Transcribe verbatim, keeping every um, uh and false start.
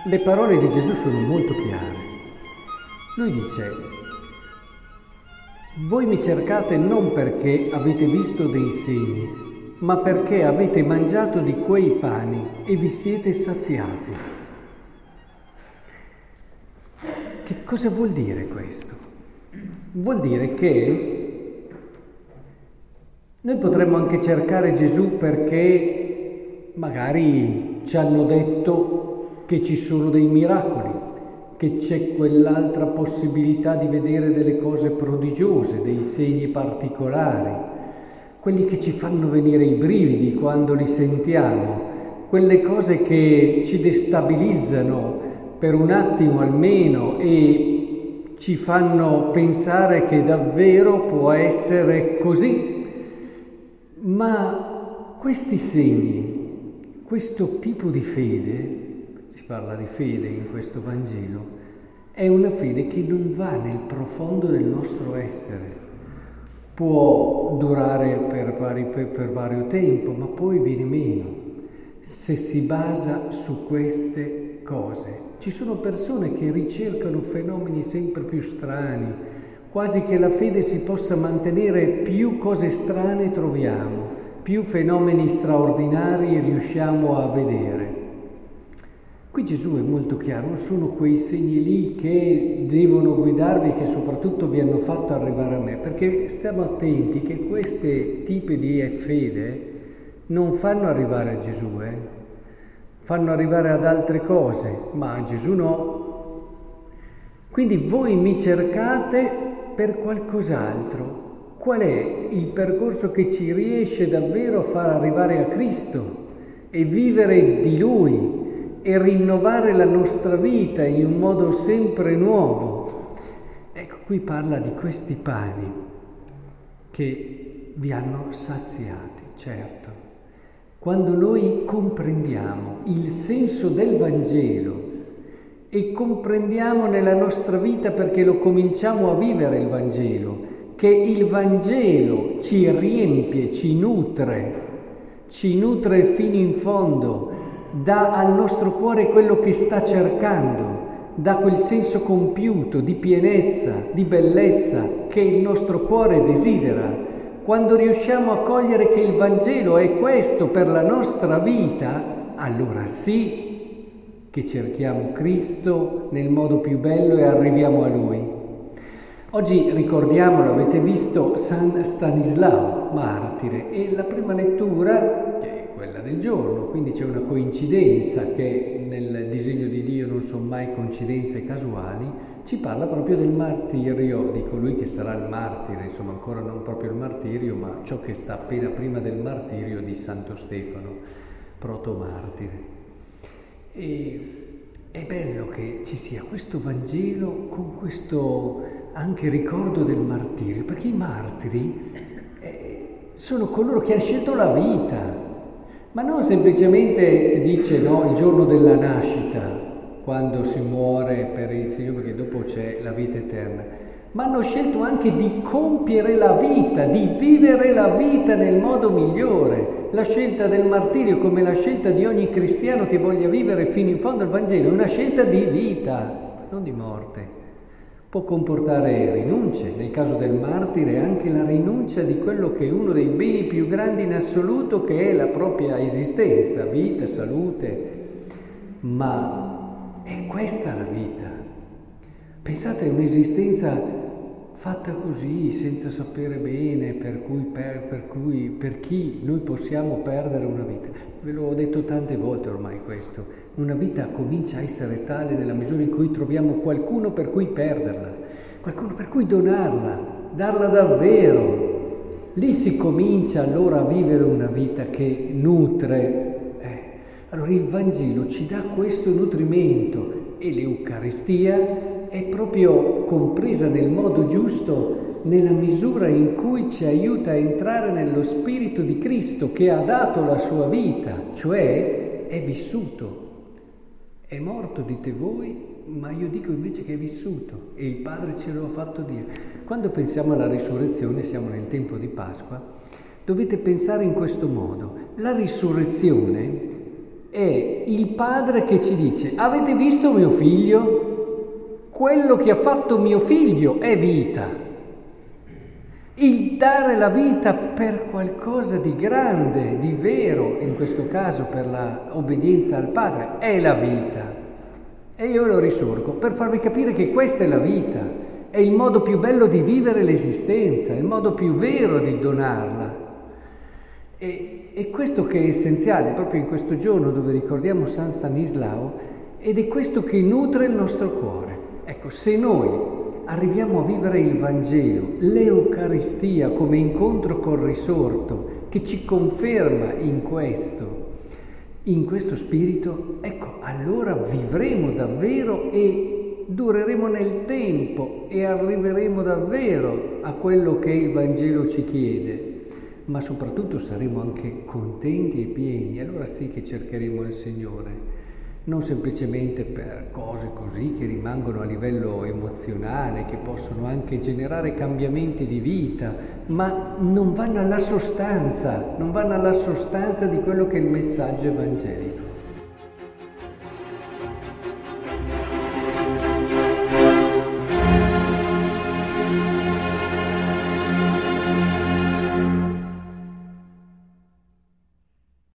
Le parole di Gesù sono molto chiare. Lui dice: voi mi cercate non perché avete visto dei segni, ma perché avete mangiato di quei pani e vi siete saziati. Che cosa vuol dire questo? Vuol dire che noi potremmo anche cercare Gesù perché magari ci hanno detto che ci sono dei miracoli, che c'è quell'altra possibilità di vedere delle cose prodigiose, dei segni particolari, quelli che ci fanno venire i brividi quando li sentiamo, quelle cose che ci destabilizzano per un attimo almeno e ci fanno pensare che davvero può essere così. Ma questi segni, questo tipo di fede, si parla di fede in questo Vangelo, è una fede che non va nel profondo del nostro essere. Può durare per, vari, per, per vario tempo, ma poi viene meno, se si basa su queste cose. Ci sono persone che ricercano fenomeni sempre più strani, quasi che la fede si possa mantenere, più cose strane troviamo, più fenomeni straordinari riusciamo a vedere. Qui Gesù è molto chiaro, non sono quei segni lì che devono guidarvi, che soprattutto vi hanno fatto arrivare a me, perché stiamo attenti che questi tipi di fede non fanno arrivare a Gesù, eh? fanno arrivare ad altre cose, ma a Gesù no. Quindi voi mi cercate per qualcos'altro. Qual è il percorso che ci riesce davvero a far arrivare a Cristo e vivere di Lui e rinnovare la nostra vita in un modo sempre nuovo? Ecco, qui parla di questi pani che vi hanno saziati, certo. Quando noi comprendiamo il senso del Vangelo e comprendiamo nella nostra vita, perché lo cominciamo a vivere il Vangelo, che il Vangelo ci riempie, ci nutre, ci nutre fino in fondo, dà al nostro cuore quello che sta cercando, dà quel senso compiuto di pienezza, di bellezza che il nostro cuore desidera. Quando riusciamo a cogliere che il Vangelo è questo per la nostra vita, allora sì che cerchiamo Cristo nel modo più bello e arriviamo a Lui. Oggi ricordiamo, l'avete visto, San Stanislao, martire, e la prima lettura è quella del giorno, quindi c'è una coincidenza che nel disegno di Dio non sono mai coincidenze casuali, ci parla proprio del martirio, di colui che sarà il martire, insomma ancora non proprio il martirio, ma ciò che sta appena prima del martirio di Santo Stefano, protomartire. E è bello che ci sia questo Vangelo con questo anche ricordo del martirio, perché i martiri eh, sono coloro che hanno scelto la vita, ma non semplicemente si dice no, il giorno della nascita, quando si muore per il Signore, perché dopo c'è la vita eterna, ma hanno scelto anche di compiere la vita, di vivere la vita nel modo migliore. La scelta del martirio, come la scelta di ogni cristiano che voglia vivere fino in fondo il Vangelo, è una scelta di vita, non di morte. Può comportare rinunce, nel caso del martire anche la rinuncia di quello che è uno dei beni più grandi in assoluto, che è la propria esistenza, vita, salute, ma è questa la vita. Pensate a un'esistenza fatta così, senza sapere bene, per cui, per, per cui per chi noi possiamo perdere una vita. Ve l'ho detto tante volte ormai questo. Una vita comincia a essere tale nella misura in cui troviamo qualcuno per cui perderla, qualcuno per cui donarla, darla davvero. Lì si comincia allora a vivere una vita che nutre. Eh. Allora il Vangelo ci dà questo nutrimento e l'Eucaristia è proprio compresa nel modo giusto, nella misura in cui ci aiuta a entrare nello Spirito di Cristo che ha dato la sua vita, cioè è vissuto. È morto, dite voi, ma io dico invece che è vissuto e il Padre ce lo ha fatto dire. Quando pensiamo alla risurrezione, siamo nel tempo di Pasqua, dovete pensare in questo modo. La risurrezione è il padre che ci dice: avete visto mio figlio? Quello che ha fatto mio figlio è vita. Il dare la vita per qualcosa di grande, di vero, in questo caso per la obbedienza al padre, è la vita. E io lo risorgo per farvi capire che questa è la vita, è il modo più bello di vivere l'esistenza, il modo più vero di donarla. E, e questo che è essenziale proprio in questo giorno dove ricordiamo San Stanislao, ed è questo che nutre il nostro cuore. Ecco, se noi arriviamo a vivere il Vangelo, l'Eucaristia come incontro col risorto, che ci conferma in questo, in questo spirito, ecco, allora vivremo davvero e dureremo nel tempo e arriveremo davvero a quello che il Vangelo ci chiede, ma soprattutto saremo anche contenti e pieni. Allora sì che cercheremo il Signore. Non semplicemente per cose così che rimangono a livello emozionale, che possono anche generare cambiamenti di vita, ma non vanno alla sostanza, non vanno alla sostanza di quello che è il messaggio evangelico.